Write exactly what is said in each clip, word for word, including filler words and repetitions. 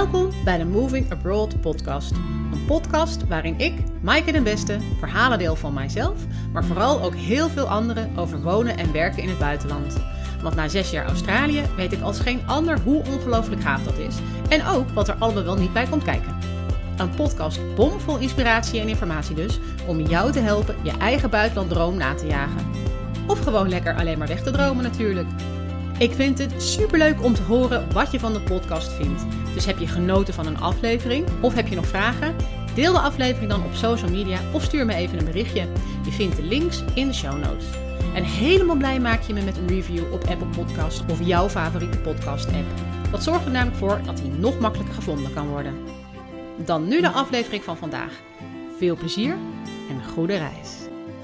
Welkom bij de Moving Abroad podcast. Een podcast waarin ik, Maaike den Beste, verhalen deel van mijzelf, maar vooral ook heel veel anderen over wonen en werken in het buitenland. Want na zes jaar Australië weet ik als geen ander hoe ongelooflijk gaaf dat is. En ook wat er allemaal wel niet bij komt kijken. Een podcast bomvol inspiratie en informatie dus, om jou te helpen je eigen buitenlanddroom na te jagen. Of gewoon lekker alleen maar weg te dromen natuurlijk. Ik vind het superleuk om te horen wat je van de podcast vindt. Dus heb je genoten van een aflevering of heb je nog vragen? Deel de aflevering dan op social media of stuur me even een berichtje. Je vindt de links in de show notes. En helemaal blij maak je me met een review op Apple Podcasts of jouw favoriete podcast app. Dat zorgt er namelijk voor dat hij nog makkelijker gevonden kan worden. Dan nu de aflevering van vandaag. Veel plezier en een goede reis.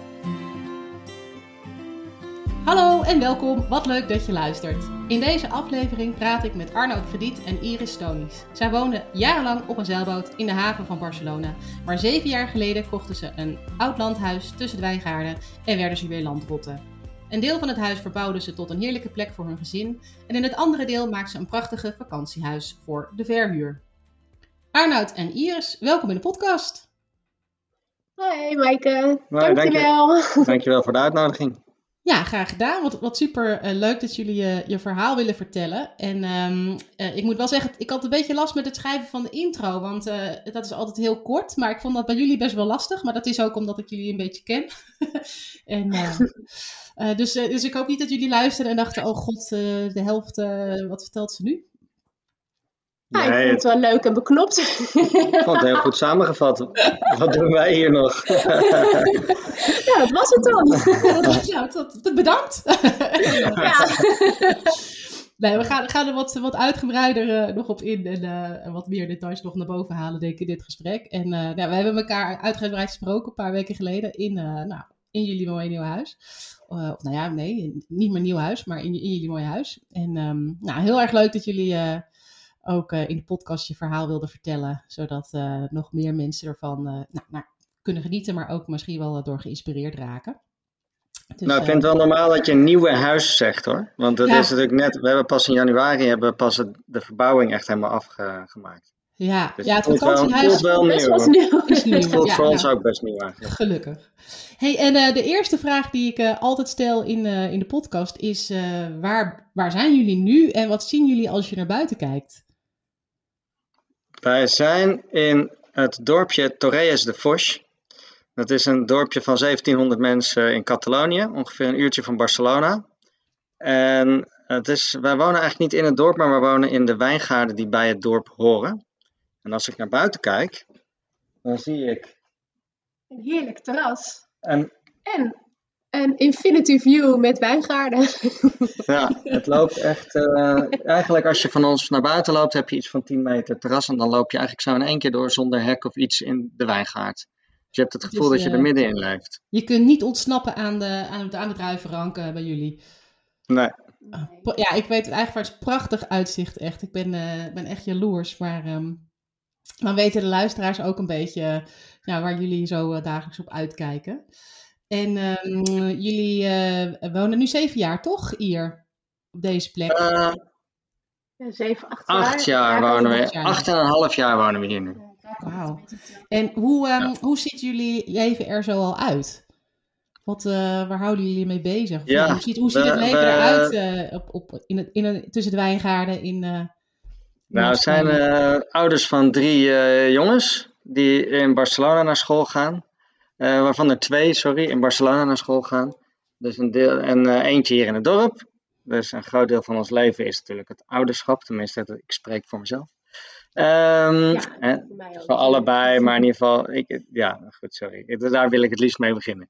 Hallo en welkom, wat leuk dat je luistert. In deze aflevering praat ik met Arnoud Krediet en Iris Stonies. Zij woonden jarenlang op een zeilboot in de haven van Barcelona. Maar zeven jaar geleden kochten ze een oud landhuis tussen de wijngaarden en werden ze weer landrotten. Een deel van het huis verbouwden ze tot een heerlijke plek voor hun gezin. En in het andere deel maakten ze een prachtige vakantiehuis voor de verhuur. Arnoud en Iris, welkom in de podcast. Hoi Maaike, Nou, dankjewel. Dank dankjewel voor de uitnodiging. Ja, graag gedaan. Wat, wat super uh, leuk dat jullie uh, je verhaal willen vertellen. En um, uh, ik moet wel zeggen, ik had een beetje last met het schrijven van de intro. Want uh, dat is altijd heel kort. Maar ik vond dat bij jullie best wel lastig. Maar dat is ook omdat ik jullie een beetje ken. en, uh, uh, dus, uh, dus ik hoop niet dat jullie luisterden en dachten, oh god, uh, de helft, uh, wat vertelt ze nu? Ja, nee, ik vond het wel leuk en beknopt. Ik vond het heel goed samengevat. Wat doen wij hier nog? Ja, dat was het dan. Ja, dat, dat, bedankt. Ja. Nee, we gaan, gaan er wat, wat uitgebreider uh, nog op in en uh, wat meer details nog naar boven halen, denk ik, in dit gesprek. En uh, nou, we hebben elkaar uitgebreid gesproken een paar weken geleden in, uh, nou, in jullie mooie nieuwe huis. Uh, of nou ja, nee, niet mijn nieuw huis, maar in, in jullie mooie huis. En um, nou, heel erg leuk dat jullie uh, ook uh, in de podcast je verhaal wilden vertellen, zodat uh, nog meer mensen ervan uh, nou, nou, kunnen genieten, maar ook misschien wel door geïnspireerd raken. Dus, nou, ik vind het wel normaal dat je een nieuwe huis zegt, hoor. Want dat ja. is natuurlijk net, we hebben pas in januari hebben we pas het, de verbouwing echt helemaal afgemaakt. Ja, dus ja, het voelt vakantiehuis wel, voelt wel nieuw. Best nieuw. Is nieuw. Het voelt ja, voor ja. ons ook best nieuw eigenlijk. Gelukkig. Hey, en uh, de eerste vraag die ik uh, altijd stel in, uh, in de podcast is, uh, waar, waar zijn jullie nu en wat zien jullie als je naar buiten kijkt? Wij zijn in het dorpje Torrelles de Foix. Dat is een dorpje van zeventienhonderd mensen in Catalonië, ongeveer een uurtje van Barcelona. En het is, wij wonen eigenlijk niet in het dorp, maar we wonen in de wijngaarden die bij het dorp horen. En als ik naar buiten kijk, dan zie ik een heerlijk terras. En, en een infinity view met wijngaarden. Ja, het loopt echt... Uh, eigenlijk als je van ons naar buiten loopt, heb je iets van tien meter terras. En dan loop je eigenlijk zo in één keer door zonder hek of iets in de wijngaard. Dus je hebt het gevoel dus, dat je uh, er middenin leeft. Je kunt niet ontsnappen aan de, aan de, aan de druivenrank uh, bij jullie. Nee. Uh, ja, ik weet het eigenlijk, het is prachtig uitzicht echt. Ik ben, uh, ben echt jaloers, maar... Um, dan weten de luisteraars ook een beetje uh, nou, waar jullie zo uh, dagelijks op uitkijken. En um, jullie uh, wonen nu zeven jaar, toch, hier? Op deze plek? Uh, ja, zeven, acht jaar. Acht jaar ja, wonen we. Jaar. Acht en een half jaar wonen we hier nu. Wauw. En hoe, um, ja. hoe ziet jullie leven er zo al uit? Wat, uh, waar houden jullie mee bezig? Of, ja, hoe ziet, hoe ziet we, het leven we, eruit uh, op, op, in het, in het, tussen de wijngaarden? In, uh, nou, het zijn uh, ouders van drie uh, jongens die in Barcelona naar school gaan. Uh, waarvan er twee, sorry, in Barcelona naar school gaan. Dus een deel, en uh, eentje hier in het dorp. Dus een groot deel van ons leven is natuurlijk het ouderschap. Tenminste, ik spreek voor mezelf. Um, ja, en, voor, mij ook, voor allebei, maar in ieder geval... Ik, ja, goed, sorry. Daar wil ik het liefst mee beginnen.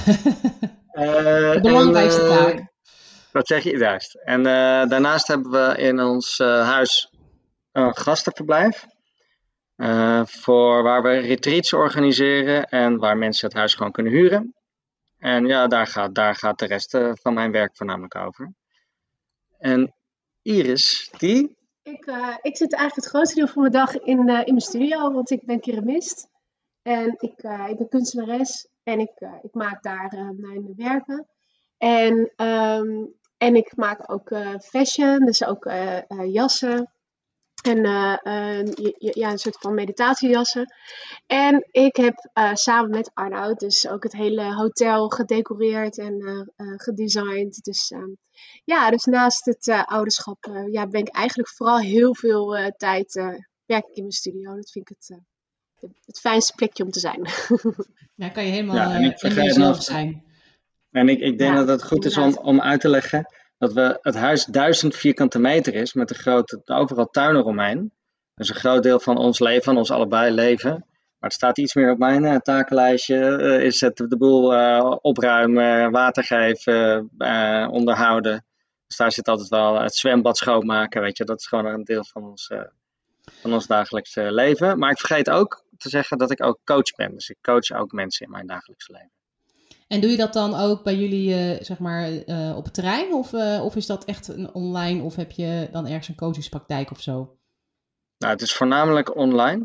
uh, de belangrijkste taak. Uh, wat zeg je? Juist. En uh, daarnaast hebben we in ons uh, huis een gastenverblijf. Uh, voor waar we retreats organiseren en waar mensen het huis gewoon kunnen huren. En ja, daar gaat, daar gaat de rest uh, van mijn werk voornamelijk over. En Iris, die... Ik, uh, ik zit eigenlijk het grootste deel van mijn dag in, uh, in mijn studio, want ik ben keramist. En ik, uh, ik ben kunstenares en ik, uh, ik maak daar uh, mijn werken. En, um, en ik maak ook uh, fashion, dus ook uh, uh, jassen. En uh, uh, ja, een soort van meditatiejassen. En ik heb uh, samen met Arnoud dus ook het hele hotel gedecoreerd en uh, uh, gedesigned. Dus uh, ja, dus naast het uh, ouderschap uh, ja, ben ik eigenlijk vooral heel veel uh, tijd uh, werk ik in mijn studio. Dat vind ik het, uh, het fijnste plekje om te zijn. Ja, kan je helemaal Ja, en ik uh, vergeet jezelf nog- zijn. En ik, ik denk Ja, dat het goed is om, inderdaad. om uit te leggen dat we het huis duizend vierkante meter is met een grote, overal tuinen eromheen. Dus een groot deel van ons leven, van ons allebei leven. Maar het staat iets meer op mijn uh, takenlijstje. Uh, is het de boel uh, opruimen, water geven, uh, onderhouden. Dus daar zit altijd wel het zwembad schoonmaken, weet je. Dat is gewoon een deel van ons, uh, van ons dagelijkse leven. Maar ik vergeet ook te zeggen dat ik ook coach ben. Dus ik coach ook mensen in mijn dagelijkse leven. En doe je dat dan ook bij jullie, uh, zeg maar, uh, op het terrein? Of, uh, of is dat echt een online? Of heb je dan ergens een coachingspraktijk of zo? Nou, het is voornamelijk online.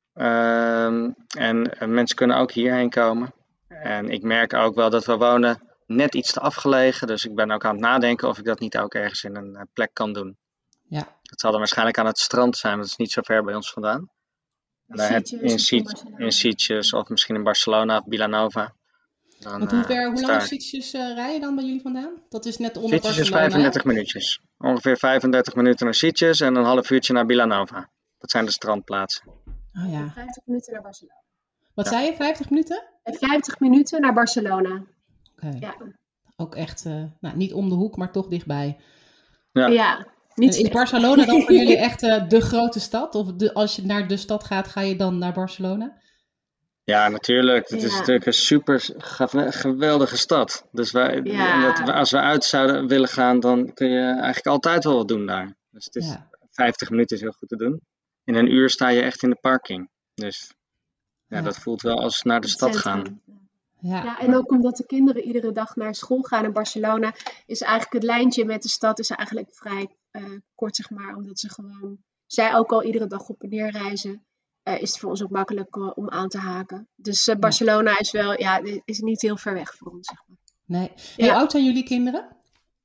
Um, en uh, mensen kunnen ook hierheen komen. En ik merk ook wel dat we wonen net iets te afgelegen. Dus ik ben ook aan het nadenken of ik dat niet ook ergens in een uh, plek kan doen. Ja. Het zal dan waarschijnlijk aan het strand zijn, want het is niet zo ver bij ons vandaan. En daar heb, in, Siet, in Sitges of misschien in Barcelona of Vilanova. Dan, Want hoe, ver, uh, hoe lang daar. is Sitges uh, rijden dan bij jullie vandaan? Dat is net onder Sitges is Barcelona. vijfendertig minuutjes. Ongeveer vijfendertig minuten naar Sitges en een half uurtje naar Vilanova. Dat zijn de strandplaatsen. Oh ja. vijftig minuten naar Barcelona. Wat Ja. zei je, vijftig minuten? En vijftig minuten naar Barcelona. Oké. Okay. Ja. Ook echt, uh, nou, niet om de hoek, maar toch dichtbij. Ja. Ja. Niet En is Barcelona dan voor jullie echt uh, de grote stad? Of de, als je naar de stad gaat, ga je dan naar Barcelona? Ja, natuurlijk. Het Ja. is natuurlijk een super ge- geweldige stad. Dus wij, Ja. en dat we, als we uit zouden willen gaan, dan kun je eigenlijk altijd wel wat doen daar. Dus het is Ja. vijftig minuten is heel goed te doen. In een uur sta je echt in de parking. Dus ja, Ja. dat voelt wel als naar de stad gaan. Centrum. Ja. Ja, en ook omdat de kinderen iedere dag naar school gaan in Barcelona, is eigenlijk het lijntje met de stad is eigenlijk vrij uh, kort, zeg maar. Omdat ze gewoon, zij ook al iedere dag op en neer reizen, uh, is het voor ons ook makkelijk uh, om aan te haken. Dus uh, Barcelona is wel, ja, is niet heel ver weg voor ons, zeg maar. Nee. Ja. Hoe oud zijn jullie kinderen?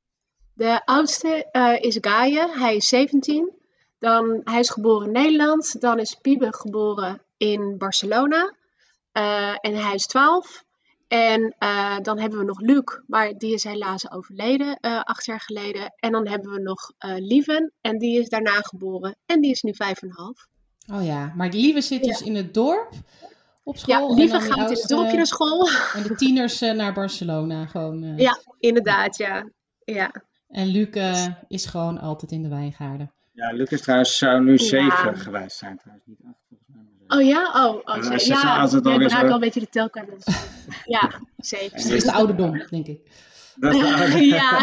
De oudste uh, is Gaia, hij is zeventien. Dan, hij is geboren in Nederland. Dan is Piebe geboren in Barcelona. Uh, en hij is twaalf. En uh, dan hebben we nog Luc, maar die is helaas overleden, uh, acht jaar geleden. En dan hebben we nog uh, Lieven, en die is daarna geboren. En die is nu vijf en een half. Oh ja, maar Lieve zit dus Ja. in het dorp op Ja, school. Lieven en dan die gaat in het oudste- dorpje naar school. En de tieners uh, naar Barcelona gewoon. Uh. Ja, inderdaad, ja. ja. En Luc uh, is gewoon altijd in de wijngaarden. Ja, Lucas trouwens zou nu Ja. zeven geweest zijn. Trouwens, niet acht volgens mij. maar zeven. Oh ja? Oh, oh Ja, zeker. ze zijn Ja, altijd ja, ik alweer raak zo- al een beetje de telkant. Ja, zeker. Dat is de ouderdom, denk ik. Dat is de oude- ja.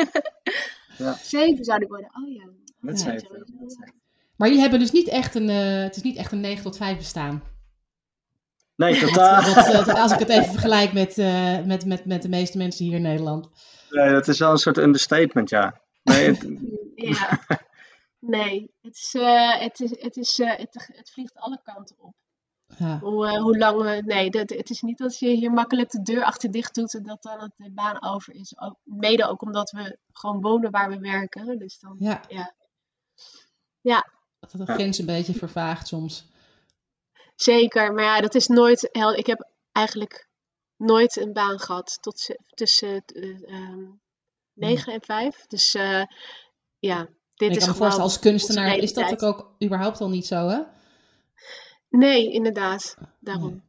Ja. Zeven zou ik worden. Oh ja. Met Ja. zeven. met zeven. Maar jullie hebben dus niet echt een, uh, het is niet echt een negen tot vijf bestaan. Nee, totaal. Dat, uh, als ik het even vergelijk met, uh, met, met, met de meeste mensen hier in Nederland. Nee, dat is wel een soort understatement, ja. Nee, het- Ja. Nee, het, is, uh, het, is, het, is, uh, het, het vliegt alle kanten op. Ja. Hoe, uh, hoe lang we. Nee, dat, het is niet dat je hier makkelijk de deur achter dicht doet en dat dan het de baan over is. Ook, mede ook omdat we gewoon wonen waar we werken. Dus dan. Ja. Ja. Ja. Dat het de grens een beetje vervaagt soms. Zeker, maar ja, dat is nooit. hel- Ik heb eigenlijk nooit een baan gehad tot ze- tussen uh, um, negen en vijf. Dus uh, ja, dit Ik is kan me gewoon voorstellen, als kunstenaar onze is dat realiteit. ook, ook überhaupt al niet zo, hè? Nee, inderdaad. Daarom.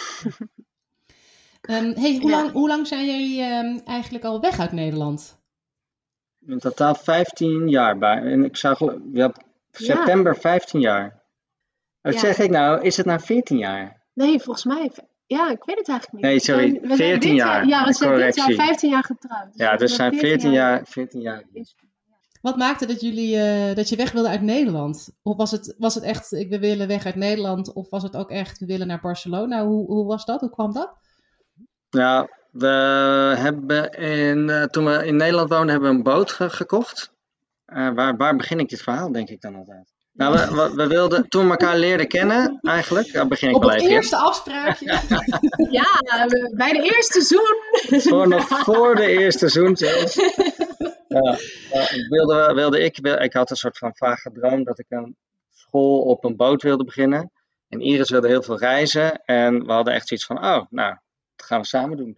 Um, hey, hoe, Ja. lang, hoe lang zijn jullie um, eigenlijk al weg uit Nederland? in totaal vijftien jaar bij. En ik zag, ja, september vijftien jaar. Wat Ja. zeg ik nou? Is het nou veertien jaar? Nee, volgens mij. Ja, ik weet het eigenlijk niet. Nee, sorry, We zijn- we zijn veertien dit jaar. Ja, we zijn dit jaar Correctie. vijftien jaar getrouwd. Ja, we dus zijn veertien jaar. veertien jaar. Wat maakte dat, jullie, uh, dat je weg wilde uit Nederland? Of was het, was het echt, ik we willen weg uit Nederland? Of was het ook echt, we willen naar Barcelona? Hoe, hoe was dat? Hoe kwam dat? Nou, we hebben in, uh, toen we in Nederland woonden, hebben we een boot ge- gekocht. Uh, waar, waar begin ik dit verhaal, denk ik dan altijd? Nou, we, we, we wilden, toen we elkaar leerden kennen, eigenlijk, daar begin ik Op wel het even. eerste afspraakje. Ja, we- bij de eerste zoen. Voor, nog voor de eerste seizoen zelfs. Ja, uh, wilde, wilde ik, wil, ik had een soort van vage droom dat ik een school op een boot wilde beginnen. En Iris wilde heel veel reizen. En we hadden echt zoiets van, oh, nou, dat gaan we samen doen.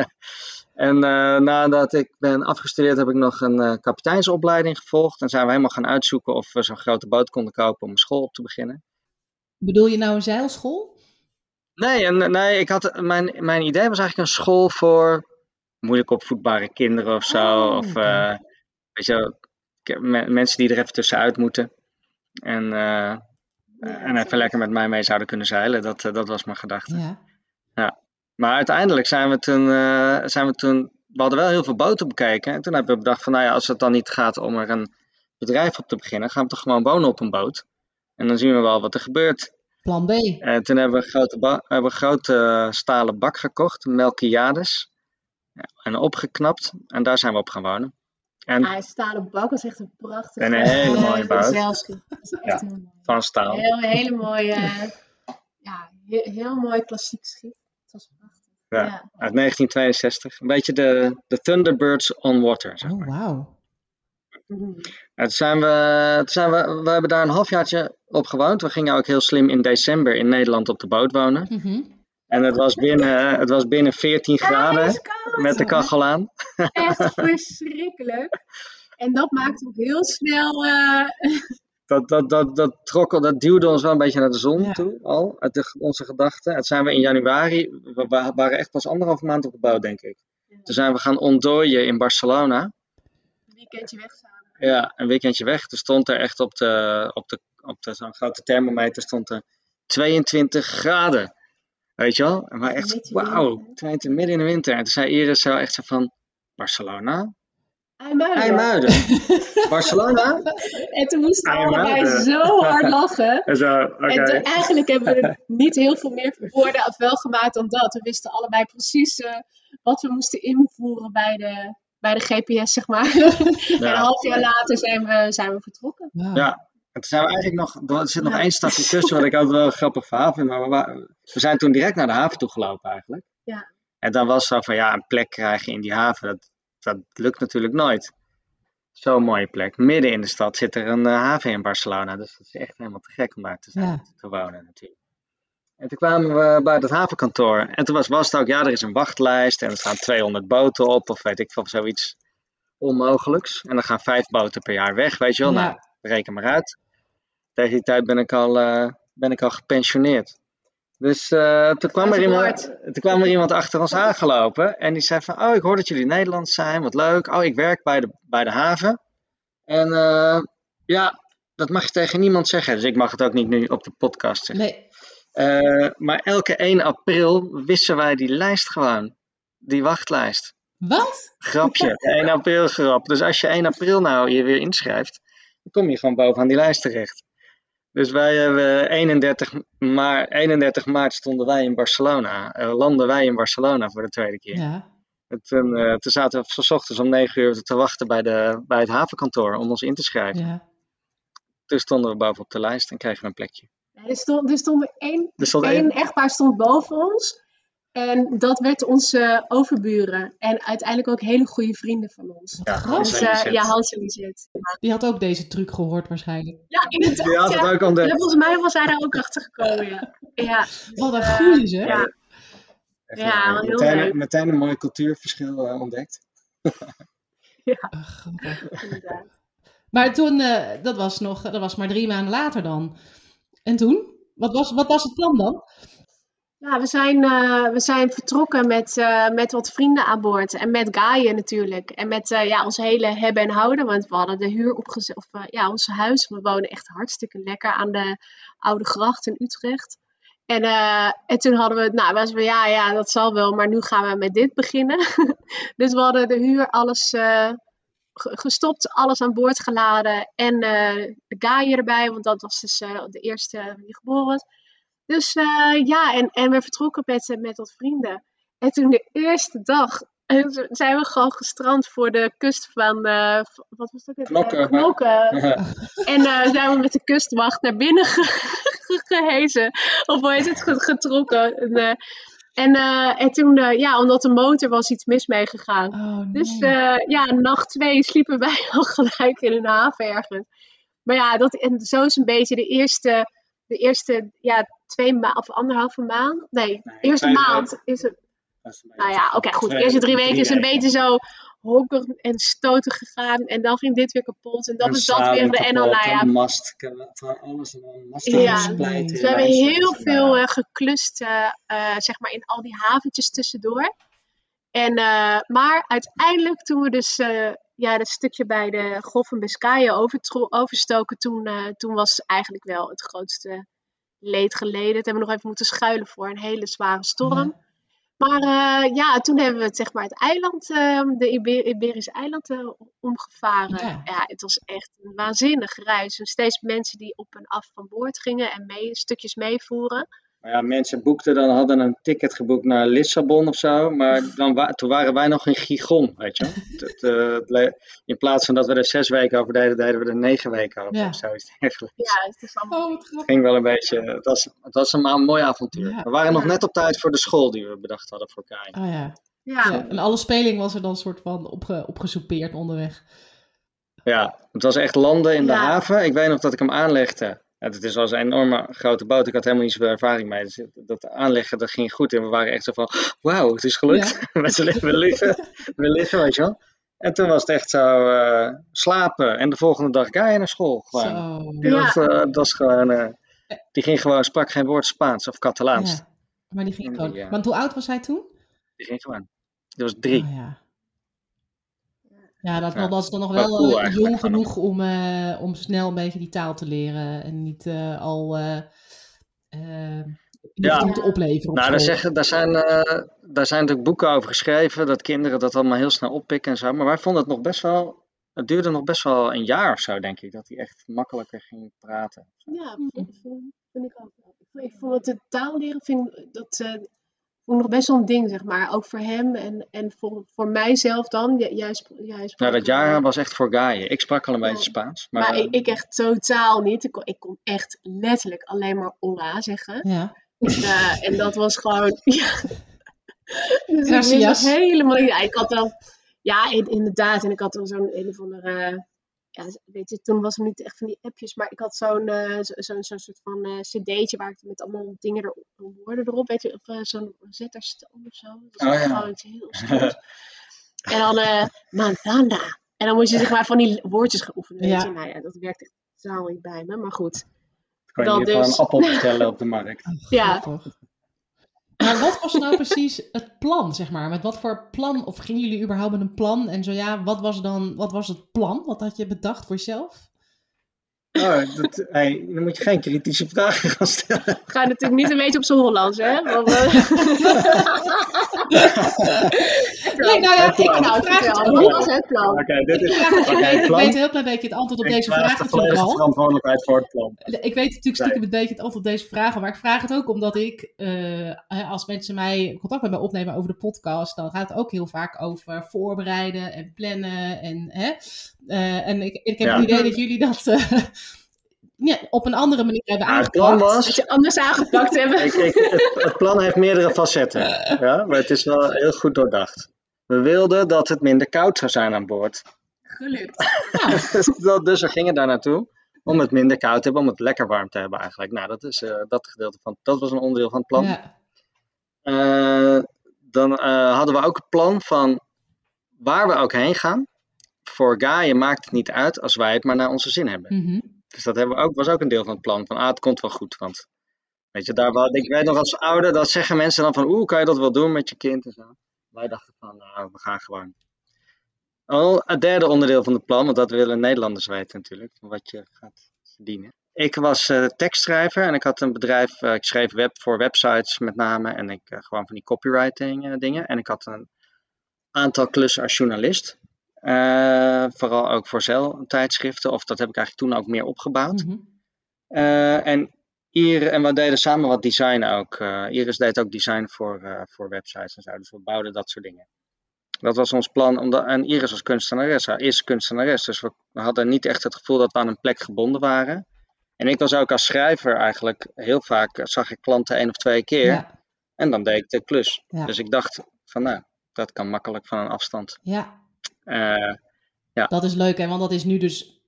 En uh, nadat ik ben afgestudeerd heb ik nog een uh, kapiteinsopleiding gevolgd. En zijn we helemaal gaan uitzoeken of we zo'n grote boot konden kopen om een school op te beginnen. Bedoel je nou een zeilschool? Nee, en, nee ik had, mijn, mijn idee was eigenlijk een school voor moeilijk opvoedbare kinderen of zo. Oh, of okay. uh, weet je, me, mensen die er even tussenuit moeten. En, uh, ja, en even lekker met mij mee zouden kunnen zeilen. Dat, uh, dat was mijn gedachte. Ja. Ja. Maar uiteindelijk zijn we toen, uh, zijn we toen... We hadden wel heel veel boten bekeken. En toen hebben we bedacht van, nou ja, als het dan niet gaat om er een bedrijf op te beginnen, gaan we toch gewoon wonen op een boot. En dan zien we wel wat er gebeurt. Plan B. En toen hebben we een grote, ba- hebben we een grote stalen bak gekocht, een Melquiades. Ja, en opgeknapt. En daar zijn we op gaan wonen. En Hij staat op bak, dat is echt een prachtige... En een hele mooie uh, boot. zeilschip. Dat is echt Ja, heel mooi. van staal. Een heel, hele mooie, uh, ja, heel, heel mooi klassiek schip. Het was prachtig. Ja, Ja. uit negentien tweeënzestig. Een beetje de, de Thunderbirds on water, zeg maar. Oh, wauw. Mhm. En toen zijn we, toen zijn we, we hebben daar een halfjaartje op gewoond. We gingen ook heel slim in december in Nederland op de boot wonen. Mm-hmm. En het was binnen, het was binnen veertien graden Ijskoud. met de kachel aan. Echt verschrikkelijk. En dat maakt ook heel snel... Uh, Dat, dat, dat, dat, trok, dat duwde ons wel een beetje naar de zon Ja. toe, al, uit de, onze gedachten. En toen zijn we in januari, we wa- waren echt pas anderhalve maand op de boot, denk ik. Toen zijn we gaan ontdooien in Barcelona. een weekendje weg samen. Ja, een weekendje weg. Toen stond er echt op de, op de, op de zo'n grote thermometer stond er tweeëntwintig graden. Weet je wel? En wij echt, Midden in de wauw, winter. tweeëntwintig midden in de winter. En toen zei Iris zo echt zo van, Barcelona? IJmuiden. IJmuiden. Barcelona? En toen moesten we IJmuiden. allebei zo hard lachen. En zo, oké. En toen, eigenlijk hebben we er niet heel veel meer woorden af wel gemaakt dan dat. We wisten allebei precies uh, wat we moesten invoeren bij de, bij de G P S, zeg maar. En een half jaar later zijn we, zijn we vertrokken. Wow. Ja, en toen zijn we eigenlijk nog, er zit nog Ja. één stapje tussen, wat ik altijd wel een grappig verhaal vind. Maar we, wa- we zijn toen direct naar de haven toe gelopen eigenlijk. Ja. En dan was het zo van, ja, een plek krijgen in die haven, dat, dat lukt natuurlijk nooit. Zo'n mooie plek. Midden in de stad zit er een uh, haven in Barcelona. Dus dat is echt helemaal te gek om daar te, zijn, Ja. te wonen natuurlijk. En toen kwamen we bij dat havenkantoor. En toen was, was het ook, ja, er is een wachtlijst. En er staan tweehonderd boten op. Of weet ik veel, zoiets onmogelijks. En dan gaan vijf boten per jaar weg, weet je wel. Ja. Nou, reken maar uit. Tegen die tijd ben ik al, uh, ben ik al gepensioneerd. Dus uh, toen, kwam er iemand, toen kwam er iemand achter ons aangelopen. En die zei van, oh, ik hoor dat jullie Nederlands zijn. Wat leuk. Oh, ik werk bij de, bij de haven. En uh, ja, dat mag je tegen niemand zeggen. Dus ik mag het ook niet nu op de podcast zeggen. Nee. Uh, maar elke één april wissen wij die lijst gewoon. Die wachtlijst. Wat? Grapje. één april grap. Dus als je één april nou je weer inschrijft, dan kom je gewoon bovenaan die lijst terecht. Dus wij hebben eenendertig, maar, eenendertig maart stonden wij in Barcelona. Uh, landen wij in Barcelona voor de tweede keer. Ja. En toen, uh, toen zaten we 's ochtends om negen uur te wachten bij, de, bij het havenkantoor om ons in te schrijven. Ja. Toen stonden we boven op de lijst en kregen we een plekje. Ja, er, stond, er stond één, Er stond één één- echtpaar stond boven ons. En dat werd onze overburen. En uiteindelijk ook hele goede vrienden van ons. Ja, grappig. Hans Dus, en uh, Lisette. ja, Hans en Lisette. Die had ook deze truc gehoord waarschijnlijk. Ja, inderdaad. Die had het ja. ook ontdekt. Ja, volgens mij was hij daar ook achter gekomen. Ja. Ja. Wat een Uh, goeie zeg. ja. Echt, Ja, uh, heel meteen, leuk. meteen een mooi cultuurverschil uh, ontdekt. Ach, grappig. Inderdaad. Maar toen, uh, dat was nog, dat was maar drie maanden later dan. En toen? Wat was, wat was het plan dan? Ja, we zijn, uh, we zijn vertrokken met, uh, met wat vrienden aan boord. En met Gaia natuurlijk. En met uh, ja, ons hele hebben en houden. Want we hadden de huur opgezet. Of uh, ja, ons huis. We wonen echt hartstikke lekker aan de Oude Gracht in Utrecht. En, uh, en toen hadden we het, nou, was we, ja, ja, dat zal wel. Maar nu gaan we met dit beginnen. Dus we hadden de huur, alles uh, gestopt. Alles aan boord geladen. En uh, de Gaia erbij. Want dat was dus uh, de eerste die geboren was. Dus uh, ja, en, en we vertrokken met, met wat vrienden. En toen de eerste dag en toen zijn we gewoon gestrand voor de kust van, uh, wat was dat? Knokken. Uh, Knokken. En uh, zijn we met de kustwacht naar binnen ge- ge- gehezen. Of hoe heet het? Getrokken. En, uh, en, uh, en toen, uh, ja, omdat de motor was iets mis meegegaan. Oh, nee. Dus uh, ja, nacht twee sliepen wij al gelijk in een haven ergens. Maar ja, dat, en zo is een beetje de eerste, de eerste ja, twee maanden of anderhalve maand. Nee, Nee, eerste twee maand weken. is het. Dat is een Nou beetje- ja, oké, goed. De twee- eerste drie drie weken is een weken. beetje zo hokkig en stoten gegaan. En dan ging dit weer kapot. En dan Een is dat weer. saling En dan, kapot, nou ja, een mast, van alles en dan mast Ja, gesplijten. dus in we hebben lijsten. heel Dus, veel nou, eh, geklust, eh, eh, zeg maar, in al die haventjes tussendoor. En, eh, maar uiteindelijk, toen we dus eh, ja, dat stukje bij de Golf van Biscayen overtro- overstoken, toen, eh, toen was eigenlijk wel het grootste leed geleden. Toen hebben we nog even moeten schuilen voor een hele zware storm. Ja. Maar eh, ja, toen hebben we het, zeg maar, het eiland, eh, de Iber- Iberische eiland eh, omgevaren. Ja. Ja. Het was echt een waanzinnig reis. En steeds mensen die op en af van boord gingen en mee, stukjes meevoeren. Maar ja, mensen boekten dan, hadden een ticket geboekt naar Lissabon of zo, maar dan wa- toen waren wij nog in Gijon, weet je wel. Het, eh, het le- in plaats van dat we er zes weken over deden, deden we er negen weken over. Ja. Of zoiets dergelijks. Ja, het is allemaal... Oh, wat Het grappig. ging wel een beetje, het was, het was een, een mooi avontuur. Ja. We waren nog Ja. net op tijd voor de school die we bedacht hadden voor Kai. Oh ja. Ja. Ja. En alle speling was er dan soort van opge, opgesoupeerd onderweg. Ja, het was echt landen in de Ja. haven. Ik weet nog dat ik hem aanlegde. Ja, het is wel een enorme grote boot. Ik had helemaal niet zoveel ervaring mee. Dus dat aanleggen, dat ging goed. En we waren echt zo van, wauw, het is gelukt. we, liggen, we, liggen, we liggen, weet je wel. En toen was het echt zo uh, slapen. En de volgende dag ga je naar school. Gewoon. Zo. Die, Ja. was, uh, dat was gewoon, uh, die ging gewoon, sprak geen woord Spaans of Catalaans. Ja. Maar die ging Die, gewoon. ja. Want hoe oud was hij toen? Die ging gewoon. Die was drie. Oh, ja. Ja, dat, Ja. dat was dan nog Wel wel cool eh, eigenlijk jong van genoeg om, eh, om snel een beetje die taal te leren. En niet eh, al eh eh, niet Ja. te moeten opleveren op Nou, daar, school. zeggen, daar, zijn, uh, daar zijn natuurlijk boeken over geschreven, dat kinderen dat allemaal heel snel oppikken en zo. Maar wij vonden het nog best wel, het duurde nog best wel een jaar of zo, denk ik, dat hij echt makkelijker ging praten. Ja, vind, vind, vind ik ook wel. Ik vond, ik vond het de taal leren, vind, dat uh, vond ik nog best wel een ding, zeg maar. Ook voor hem en, en voor, voor mijzelf dan. J- jij sprak, jij sprak Nou, dat jaar was echt voor Gaia. Ik sprak al een Ja. beetje Spaans. Maar, Maar ik, ik echt totaal niet. Ik kon, ik kon echt letterlijk alleen maar hola zeggen. Ja. Uh, en dat was gewoon... Ja. Dus ik wist Gracias. nog helemaal niet. Ja, ik had wel... Ja, in- inderdaad. En ik had dan zo'n een of andere... Ja, weet je, toen was er niet echt van die appjes. Maar ik had zo'n uh, zo, zo, zo'n soort van uh, cd'tje waar ik met allemaal dingen erop, woorden erop, weet je, of uh, zo'n zetterstoom of zo. Dat Oh, is ja. gewoon iets heel stoms. En dan uh, manzana. En dan moest je zeg maar van die woordjes gaan oefenen. Weet Ja. je? Nou ja, dat werkt echt totaal niet bij me. Maar goed. kon je dat niet gewoon dus. een appel bestellen op de markt. Ja. Grappig. Maar wat was nou precies het plan, zeg maar? Met wat voor plan, of gingen jullie überhaupt met een plan? En zo ja, wat was dan, wat was het plan? Wat had je bedacht voor jezelf? Oh, dat, hey, dan moet je geen kritische vragen gaan stellen. Ik ga natuurlijk niet een beetje op zijn Hollands, hè? Want, uh... Nee, nou ja, ik Nou, vraag het vertel. ook. Hoe was het plan? Oké, okay, dit Ik is vraag het, ik okay, weet, ik plan. weet een heel klein beetje het antwoord op Ik deze vraag vraag de natuurlijk volledige al. verantwoordelijkheid voor het plan. Ik weet natuurlijk stiekem een beetje het antwoord op deze vragen, maar ik vraag het ook omdat ik, uh, als mensen mij contact met mij opnemen over de podcast, dan gaat het ook heel vaak over voorbereiden en plannen. En, hè? Uh, en ik, ik heb Ja. het idee dat jullie dat uh, ja, op een andere manier hebben Nou, het aangepakt. plan was... Dat je anders aangepakt hebben. Ik, ik, het, het plan heeft meerdere facetten, ja, maar het is wel heel goed doordacht. We wilden dat het minder koud zou zijn aan boord. Gelukt. Ja. Dus we gingen daar naartoe om het minder koud te hebben, om het lekker warm te hebben eigenlijk. Nou, dat, is, uh, dat, gedeelte van, dat was een onderdeel van het plan. Ja. Uh, dan uh, hadden we ook het plan van waar we ook heen gaan. Voor Gaia maakt het niet uit als wij het maar naar onze zin hebben. Mm-hmm. Dus dat hebben we ook, was ook een deel van het plan. Van ah, het komt wel goed. Want weet je, daar, ik weet nog als ouder, dat zeggen mensen dan van oeh, kan je dat wel doen met je kind en zo. Wij dachten van nou, we gaan gewoon. Oh, het derde onderdeel van het plan, want dat willen Nederlanders weten natuurlijk, wat je gaat verdienen. Ik was uh, tekstschrijver en ik had een bedrijf, uh, ik schreef web voor websites met name en ik uh, gewoon van die copywriting uh, dingen. En ik had een aantal klussen als journalist. Uh, vooral ook voor zeiltijdschriften, of dat heb ik eigenlijk toen ook meer opgebouwd. Mm-hmm. Uh, en, Iris, en we deden samen wat design ook. Uh, Iris deed ook design voor, uh, voor websites en zo, dus we bouwden dat soort dingen. Dat was ons plan, omdat, en Iris was kunstenares, is kunstenares, dus we, we hadden niet echt het gevoel dat we aan een plek gebonden waren. En ik was ook als schrijver eigenlijk, heel vaak zag ik klanten één of twee keer Ja. en dan deed ik de klus. Ja. Dus ik dacht van nou, dat kan makkelijk van een afstand. Ja. Uh, ja. Dat is leuk, hè? Want dat is nu dus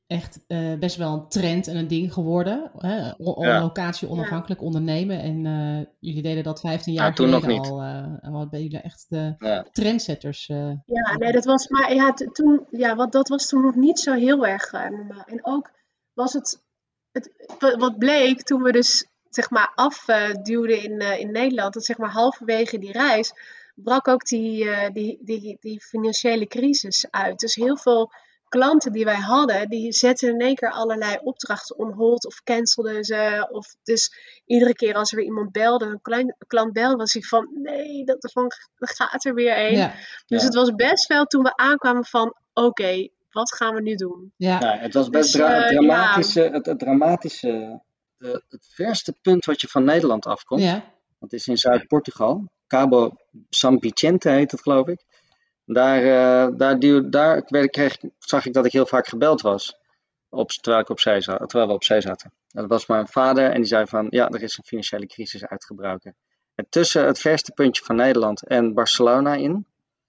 echt uh, best wel een trend en een ding geworden. Hè? O- Ja. Locatie onafhankelijk ondernemen. En uh, jullie deden dat vijftien jaar ja, toen geleden nog niet. al. Uh, en wat ben jullie echt de ja. trendsetters. Uh, ja, nee, dat was maar ja, t- toen, ja, wat, dat was toen nog niet zo heel erg uh, normaal. En ook was het, het, wat bleek toen we dus zeg maar afduwden uh, in, uh, in Nederland, dat zeg maar halverwege die reis brak ook die, uh, die, die, die financiële crisis uit. Dus heel veel klanten die wij hadden, die zetten in één keer allerlei opdrachten on hold of cancelden ze. Of dus iedere keer als er weer iemand belde, een, klein, een klant belde, was hij van nee, dat, van, dat gaat er weer een. Ja. Dus Ja. het was best wel toen we aankwamen van oké, okay, wat gaan we nu doen? Ja, ja het was best dus, dra- uh, dramatische, ja. het, het dramatische, de, het verste punt wat je van Nederland afkomt. Ja. Dat is in Zuid-Portugal. Cabo San Vicente heet het, geloof ik. Daar, uh, daar, duw, daar kreeg, zag ik dat ik heel vaak gebeld was. Op, terwijl, ik op zee zat, terwijl we op zee zaten. En dat was mijn vader en die zei van, ja, er is een financiële crisis uitgebroken. En tussen het verste puntje van Nederland en Barcelona in,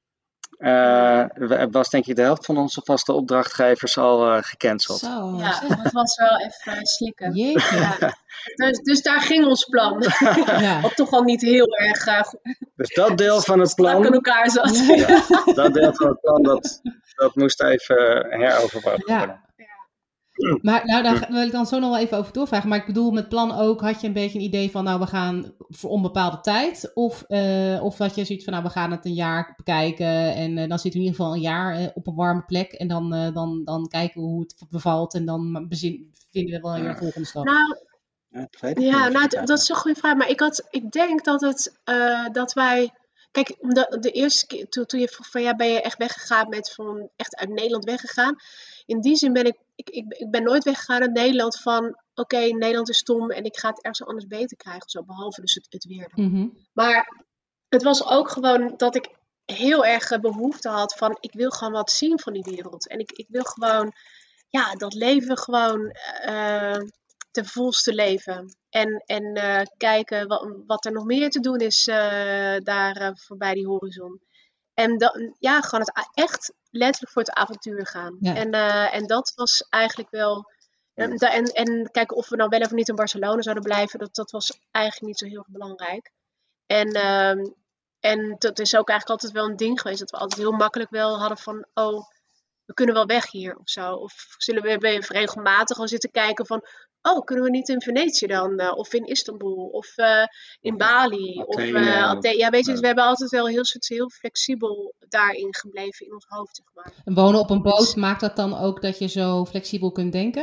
uh, was denk ik de helft van onze vaste opdrachtgevers al uh, gecanceld. Zo, ja, zeg. dat was wel even slikken. Jeetje. Ja. Dus, dus daar ging ons plan. Ja. Wat toch al niet heel erg uh, dus dat deel van het plan, in elkaar zat. Ja. Ja, dat deel van het plan, dat, dat moest even heroverwogen Ja. worden. Maar nou, daar wil ik dan zo nog wel even over doorvragen. Maar ik bedoel, met plan ook, had je een beetje een idee van, nou, we gaan voor onbepaalde tijd? Of, uh, of had je zoiets van, nou, we gaan het een jaar bekijken en uh, dan zitten we in ieder geval een jaar uh, op een warme plek en dan, uh, dan, dan kijken we hoe het bevalt en dan bezin, vinden we wel weer een volgende stap. Nou, ja, ja, nou d- dat is een goede vraag. Maar ik, had, ik denk dat, het, uh, dat wij... Kijk, de, de eerste keer toen, toen je vroeg van, ja, ben je echt weggegaan met van, echt uit Nederland weggegaan? In die zin ben ik, ik, ik, ik ben nooit weggegaan uit Nederland van, oké, okay, Nederland is stom en ik ga het ergens anders beter krijgen. Zo, behalve dus het, het weer. Mm-hmm. Maar het was ook gewoon dat ik heel erg behoefte had van, ik wil gewoon wat zien van die wereld. En ik, ik wil gewoon, ja, dat leven gewoon uh, ten volste leven. En, en uh, kijken wat, wat er nog meer te doen is uh, daar uh, voorbij die horizon. En dan, ja, gewoon het echt letterlijk voor het avontuur gaan. Ja. En, uh, en dat was eigenlijk wel... En, en, en kijken of we nou wel of niet in Barcelona zouden blijven, dat, dat was eigenlijk niet zo heel erg belangrijk. En, uh, en dat is ook eigenlijk altijd wel een ding geweest, dat we altijd heel makkelijk wel hadden van, oh, we kunnen wel weg hier of zo. Of zullen we bij regelmatig al zitten kijken van, oh, kunnen we niet in Venetië dan? Uh, of in Istanbul? Of uh, in Bali? Athene, of uh, Athene. Ja, weet je, ja. dus we hebben altijd wel heel, heel flexibel daarin gebleven in ons hoofd, zeg maar. En wonen op een boot, maakt dat dan ook dat je zo flexibel kunt denken?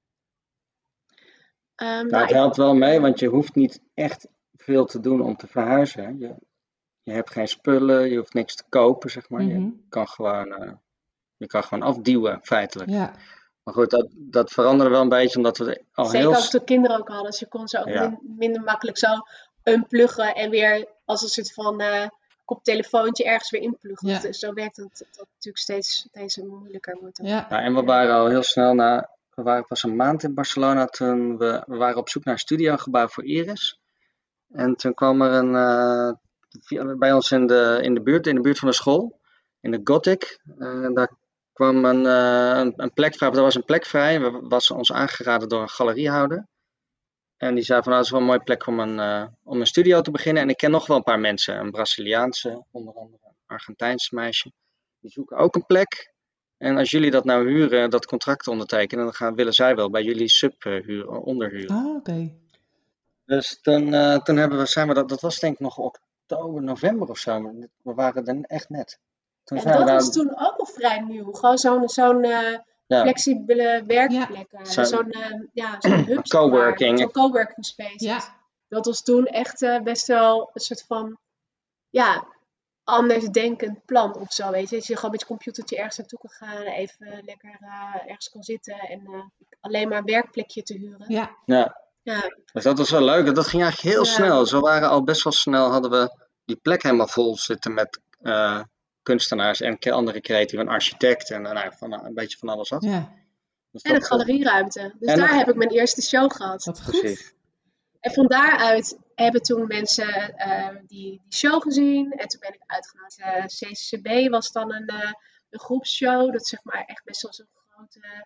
Um, nou, nou, het helpt wel mee, want je hoeft niet echt veel te doen om te verhuizen. Je, je hebt geen spullen, je hoeft niks te kopen, zeg maar. Mm-hmm. Je kan gewoon, uh, je kan gewoon afduwen, feitelijk. Ja. Maar goed, dat, dat veranderde wel een beetje, omdat we al Zeker heel... als de kinderen ook hadden. Dus je kon ze ook Ja. min, minder makkelijk zo unpluggen en weer als een soort van uh, koptelefoontje ergens weer inpluggen. Ja. Dus zo werkt dat, dat natuurlijk steeds, steeds moeilijker wordt. Ja. Ja, en we waren al heel snel na... We waren pas een maand in Barcelona toen we, we waren op zoek naar een studiogebouw voor Iris. En toen kwam er een... Uh, bij ons in de, in de buurt, in de buurt van de school, in de Gothic. Uh, daar kwam een, uh, een, een plek vrij. Er was een plek vrij. We was ons aangeraden door een galeriehouder. En die zei van, nou, dat is wel een mooie plek om een, uh, om een studio te beginnen. En ik ken nog wel een paar mensen. Een Braziliaanse, onder andere een Argentijnse meisje. Die zoeken ook een plek. En als jullie dat nou huren, dat contract ondertekenen, dan gaan, willen zij wel bij jullie sub uh, huren, onderhuren. Ah, oké. Okay. Dus toen, uh, toen hebben we, zijn we dat, dat was denk ik nog oktober, november of zo. We waren er echt net. Toen en zijn dat we was daar... toen ook al vrij nieuw. Gewoon zo'n, zo'n uh, ja. flexibele werkplek. Ja. Zo, zo'n uh, ja, zo'n hub. Coworking. Zo'n coworking space. Ja. Dat was toen echt uh, best wel een soort van, ja, anders denkend plan of zo, weet je. Dat je gewoon met je computertje ergens naartoe kan gaan, even lekker uh, ergens kan zitten en uh, alleen maar een werkplekje te huren. Ja. Ja. Ja. Dus dat was wel leuk. Dat ging eigenlijk heel ja. snel. Dus we waren al best wel snel, hadden we die plek helemaal vol zitten met uh, kunstenaars en andere creatieven, een architect en uh, nou, van, uh, een beetje van alles wat. Ja. Dus en een galerieruimte. Dus en daar een... heb ik mijn eerste show gehad. Wat goed. Precies. En van daaruit hebben toen mensen uh, die, die show gezien. En toen ben ik uitgegaan. Uh, C C C B was dan een, uh, een groepsshow. Dat is zeg maar echt best wel zo'n grote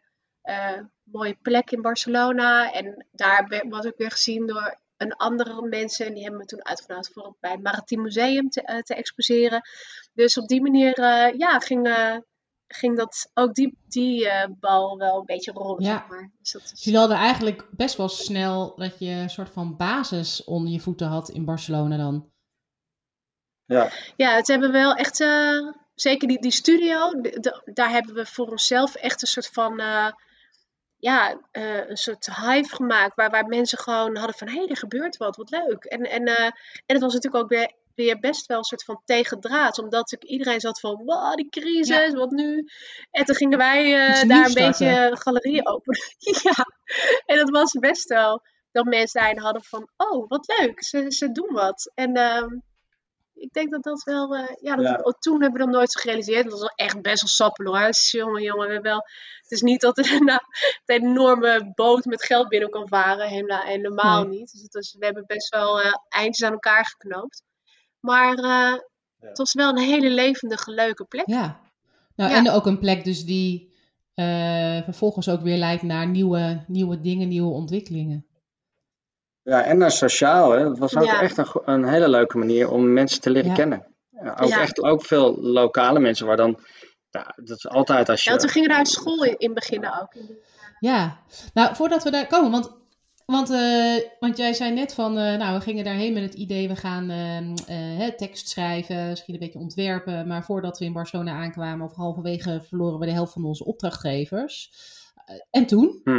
uh, mooie plek in Barcelona. En daar be- was ik weer gezien door een andere mensen. En die hebben me toen uitgenodigd voor het bij het Maritiem Museum te, uh, te exposeren. Dus op die manier uh, ja, ging, uh, ging dat, ook die, die uh, bal wel een beetje rollen, Ja. zeg maar. Dus dat is... Dus jullie hadden eigenlijk best wel snel dat je een soort van basis onder je voeten had in Barcelona dan. Ja, Ja, het hebben we wel echt, uh, zeker die, die studio, de, de, daar hebben we voor onszelf echt een soort van, uh, ja, uh, een soort hive gemaakt. Waar, waar mensen gewoon hadden van, hé, hey, er gebeurt wat, wat leuk. En, en, uh, en het was natuurlijk ook weer, weer best wel een soort van tegendraads. Omdat ik, iedereen zat van, wow, die crisis, Ja. wat nu? En toen gingen wij uh, Iets daar nieuws een starten. beetje galerieën openen. Ja, en dat was best wel dat mensen daarin hadden van, oh, wat leuk, ze, ze doen wat. En... Uh, ik denk dat dat wel, uh, ja, dat Ja. het, toen hebben we dat nooit gerealiseerd. Dat was wel echt best wel sappelen hoor. Dus, jongen, jongen, we hebben wel. Het is niet dat er nou, een enorme boot met geld binnen kan varen. Helemaal, helemaal Nee. niet. Dus het was, we hebben best wel uh, eindjes aan elkaar geknoopt. Maar uh, Ja. het was wel een hele levendige, leuke plek. Ja. Nou, Ja. en ook een plek dus die uh, vervolgens ook weer leidt naar nieuwe, nieuwe dingen, nieuwe ontwikkelingen. Ja, en naar sociaal. Hè. Het was ook Ja. echt een, go- een hele leuke manier om mensen te leren Ja. kennen. Ja, ook Ja. echt ook veel lokale mensen waar dan... Ja, dat is altijd als je... Ja, want we gingen daar uit school in, in beginnen ook. Ja, nou voordat we daar komen, want, want, uh, want jij zei net van, uh, nou we gingen daarheen met het idee, we gaan uh, uh, tekst schrijven, misschien een beetje ontwerpen, maar voordat we in Barcelona aankwamen of halverwege verloren we de helft van onze opdrachtgevers. Uh, en toen? Hm.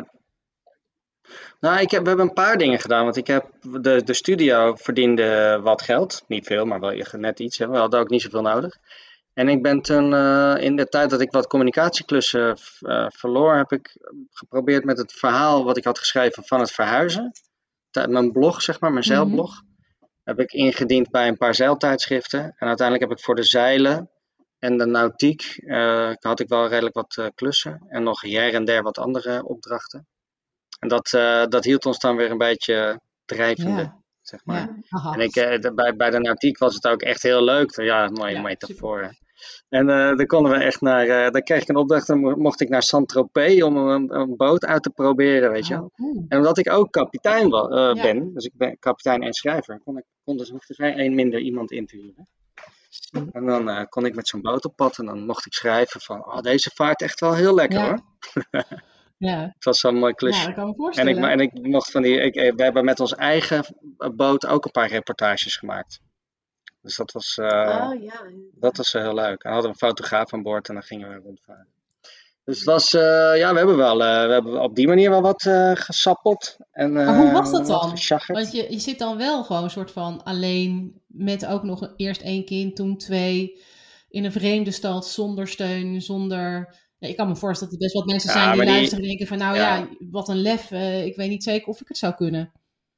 Nou, ik heb, we hebben een paar dingen gedaan, want ik heb de, de studio verdiende wat geld, niet veel, maar wel net iets, hè. We hadden ook niet zoveel nodig. En ik ben toen, uh, in de tijd dat ik wat communicatieklussen uh, verloor, heb ik geprobeerd met het verhaal wat ik had geschreven van het verhuizen, mijn blog zeg maar, mijn zeilblog, mm-hmm. heb ik ingediend bij een paar zeiltijdschriften. En uiteindelijk heb ik voor de zeilen en de nautiek, uh, had ik wel redelijk wat uh, klussen en nog her en der wat andere opdrachten. En dat, uh, dat hield ons dan weer een beetje drijvende. Ja. Zeg maar. Ja. En ik, uh, de, bij, bij de nautiek was het ook echt heel leuk. Ja, mooie ja, metafoor. En uh, dan konden we echt naar, uh, dan kreeg ik een opdracht, dan mocht ik naar Saint-Tropez om een, een boot uit te proberen, weet je wel. Oh, cool. En omdat ik ook kapitein wa- uh, Ja. ben, dus ik ben kapitein en schrijver, kon ik, kon dus, hoefde zij één minder iemand in te huren. En dan uh, kon ik met zo'n boot op pad en dan mocht ik schrijven van, oh, deze vaart echt wel heel lekker Ja. hoor. Ja. Het was zo'n mooi klusje. Ja, dat kan me En voorstellen. ik, en ik mocht van die, ik, we hebben met ons eigen boot ook een paar reportages gemaakt. Dus dat was, uh, Oh, ja. dat was uh, heel leuk. En dan hadden we een fotograaf aan boord en dan gingen we rondvaren. Dus het was, uh, ja, we hebben wel, uh, we hebben op die manier wel wat uh, gesappeld. En, uh, maar hoe was dat dan? Geschaggerd. Want je, je zit dan wel gewoon een soort van alleen met ook nog eerst één kind, toen twee, in een vreemde stad, zonder steun, zonder... Ja, ik kan me voorstellen dat er best wat mensen zijn Ja, die maar die- luisteren en denken van nou ja. ja, wat een lef, uh, ik weet niet zeker of ik het zou kunnen.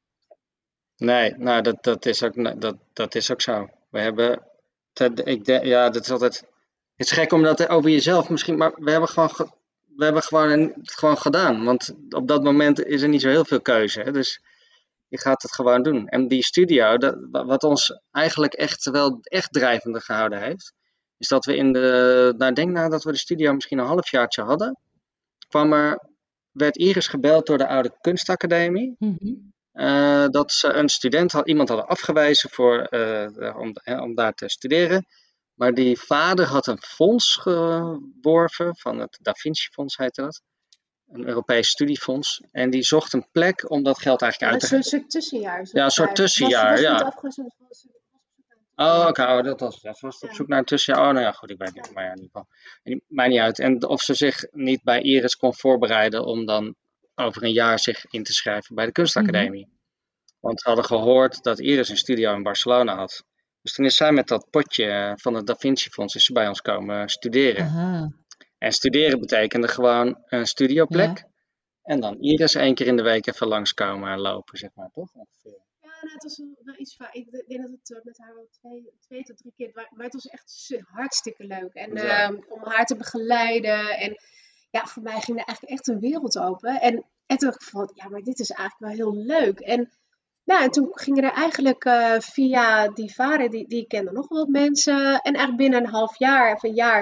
Nee, nou, dat, dat, is ook, dat, dat is ook zo. We hebben, te, ik de, ja, dat is altijd, het is gek om dat over jezelf misschien, maar we hebben gewoon, ge, we hebben gewoon een, het gewoon gedaan. Want op dat moment is er niet zo heel veel keuze. Hè? Dus je gaat het gewoon doen. En die studio, dat, wat ons eigenlijk echt wel echt drijvende gehouden heeft, is dat we in de, nou, denk nou dat we de studio misschien een halfjaartje hadden, kwam er, werd Iris gebeld door de Oude Kunstacademie. Mm-hmm. Uh, dat ze een student had, iemand hadden afgewezen voor, uh, om, uh, om daar te studeren. Maar die vader had een fonds geworven, van het Da Vinci Fonds heette dat. Een Europees studiefonds. En die zocht een plek om dat geld eigenlijk uit te geven. geven. Een soort tussenjaar. Ja, een soort tussenjaar, was, was ja. niet afgewezen, was, Oh, oké, okay, oh, dat was het. Ze was op zoek naar een tussenjaar. Oh, nou ja, goed, ik weet niet. Maar ja, in ieder geval. Maakt niet uit. En of ze zich niet bij Iris kon voorbereiden om dan over een jaar zich in te schrijven bij de kunstacademie. Mm-hmm. Want ze hadden gehoord dat Iris een studio in Barcelona had. Dus toen is zij met dat potje van het Da Vinci Fonds is ze bij ons komen studeren. Aha. En studeren betekende gewoon een studioplek. Ja. En dan Iris één keer in de week even langskomen en lopen, zeg maar, toch? Ongeveer. Ja, nou, het was wel iets van, ik denk dat het met haar wel twee, twee tot drie keer, maar, maar het was echt hartstikke leuk. En ja. um, om haar te begeleiden. En ja, voor mij ging er eigenlijk echt een wereld open. En, en toen dacht ik van, ja, maar dit is eigenlijk wel heel leuk. En, nou, en toen gingen er eigenlijk uh, via die vader, die, die kende nog wat mensen. En eigenlijk binnen een half jaar of een jaar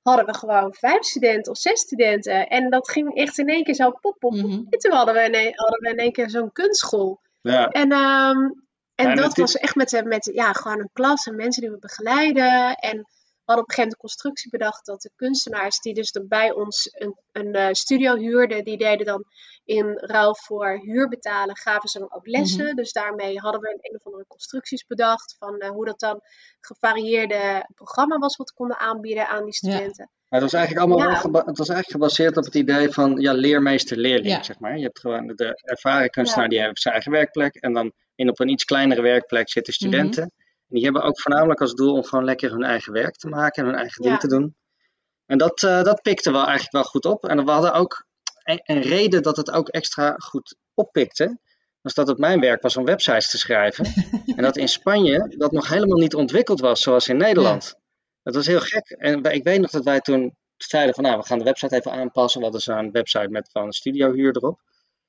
hadden we gewoon vijf studenten of zes studenten. En dat ging echt in één keer zo pop, pop. Mhm. En toen hadden we in één, hadden we in één keer zo'n kunstschool. Ja. En, ehm, en Ja, dat het was is- echt met, met ja, gewoon een klas en mensen die we begeleiden. En we hadden op een gegeven moment de constructie bedacht dat de kunstenaars die dus dan bij ons een, een eh, studio huurden, die deden dan in ruil voor huur betalen, gaven ze dan ook lessen. Mhm. Dus daarmee hadden we een, een of andere constructies bedacht van eh, hoe dat dan gevarieerde programma was wat we konden aanbieden aan die studenten. Maar het was eigenlijk allemaal Ja. wel geba- het was eigenlijk gebaseerd op het idee van ja, leermeester-leerling, Ja. zeg maar. Je hebt gewoon de ervaren kunstenaar, Ja. die heeft zijn eigen werkplek. En dan in op een iets kleinere werkplek zitten studenten. En die hebben ook voornamelijk als doel om gewoon lekker hun eigen werk te maken en hun eigen Ja. ding te doen. En dat, eh, dat pikte wel eigenlijk wel goed op. En we hadden ook een, een reden dat het ook extra goed oppikte. Was dat het mijn werk was om websites te schrijven. En dat in Spanje dat nog helemaal niet ontwikkeld was zoals in Nederland. Dat was heel gek. En wij- ik weet nog dat wij toen zeiden van nou, we gaan de website even aanpassen. We hadden zo'n website met van studiohuur erop.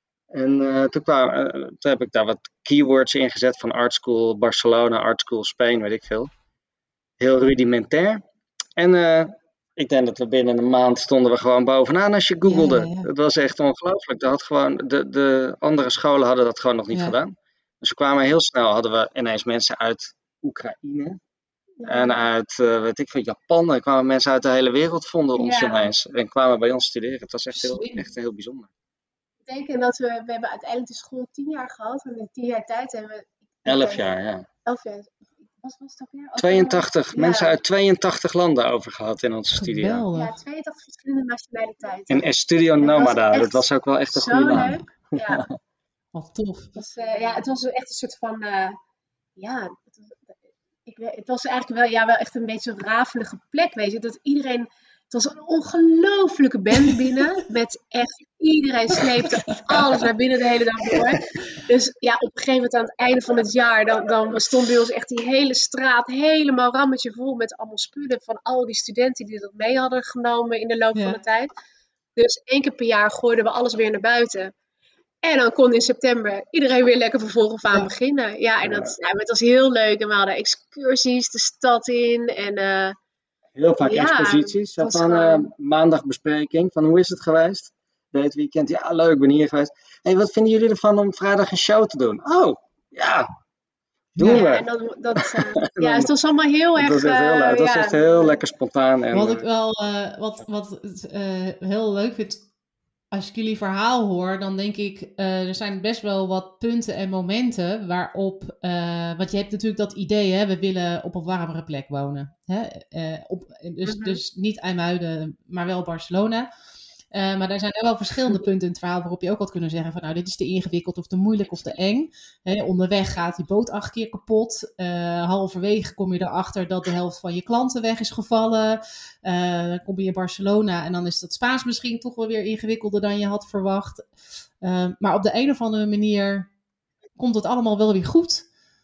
En eh, toen, kwam, eh, toen heb ik daar wat keywords in gezet van Art School Barcelona, Art School Spain, weet ik veel. Heel rudimentair. En eh, ik denk dat we binnen een maand stonden we gewoon bovenaan als je googelde. Ja, ja, ja. Het was echt ongelooflijk. Dat had gewoon, de, de andere scholen hadden dat gewoon nog niet Ja. gedaan. Dus we kwamen heel snel, hadden we ineens mensen uit Oekraïne. En uit, eh, weet ik veel, Japan. Er kwamen mensen uit de hele wereld, vonden ons Ja. ineens. En kwamen bij ons studeren. Het was echt heel, Slim. echt heel bijzonder. Ik denk dat we, we hebben uiteindelijk de school tien jaar gehad. En in tien jaar tijd hebben we... Elf jaar, ja. Elf jaar. Wat was het ook weer? Ook tweeëntachtig, Ja. mensen uit tweeëntachtig landen over gehad in onze studio. Geweldig. Ja, tweeëntachtig verschillende nationaliteiten. En Studio En dat was Nomada, echt dat was ook wel echt een Zo goede naam. leuk. Ja, Wat tof. het was, eh, ja, het was echt een soort van... eh, ja, het was, ik, weet- het was eigenlijk wel, ja, wel echt een beetje een rafelige plek, weet je. Dat iedereen... Het was een ongelofelijke band binnen. Met echt iedereen sleepte alles naar binnen de hele dag door. Dus ja, op een gegeven moment aan het einde van het jaar, dan, dan stond bij ons echt die hele straat helemaal rammetje vol met allemaal spullen van al die studenten die dat mee hadden genomen in de loop Ja. van de tijd. Dus één keer per jaar gooiden we alles weer naar buiten. En dan kon in september iedereen weer lekker van voren af aan Ja. beginnen. Ja, en Ja. dat, ja, het was heel leuk. En we hadden excursies de stad in. En eh, Heel vaak Ja, exposities. Zo het was van eh, gewoon- maandagbespreking. Van hoe is het geweest? Dit weekend. Ja, leuk, ik ben hier geweest. Hey, wat vinden jullie ervan om vrijdag een show te doen? Oh, ja. Doen Ja, we. ja, en dan, dat, eh, ja, het was allemaal heel Het erg... was echt heel, eh, leuk. Het was ja. echt heel lekker spontaan. En, Wat eh, ik wel eh, wat, wat, eh, heel leuk vind, als ik jullie verhaal hoor, dan denk ik, eh, er zijn best wel wat punten en momenten waarop, eh, want je hebt natuurlijk dat idee, hè, we willen op een warmere plek wonen. Hè? Eh, op, dus, Mhm. dus niet IJmuiden, maar wel Barcelona. Eh, maar er zijn wel verschillende punten in het verhaal waarop je ook had kunnen zeggen van nou, dit is te ingewikkeld of te moeilijk of te eng. Hè, onderweg gaat die boot acht keer kapot. Eh, halverwege kom je erachter dat de helft van je klanten weg is gevallen. Eh, dan kom je in Barcelona en dan is dat Spaans misschien toch wel weer ingewikkelder dan je had verwacht. Eh, maar op de een of andere manier komt het allemaal wel weer goed.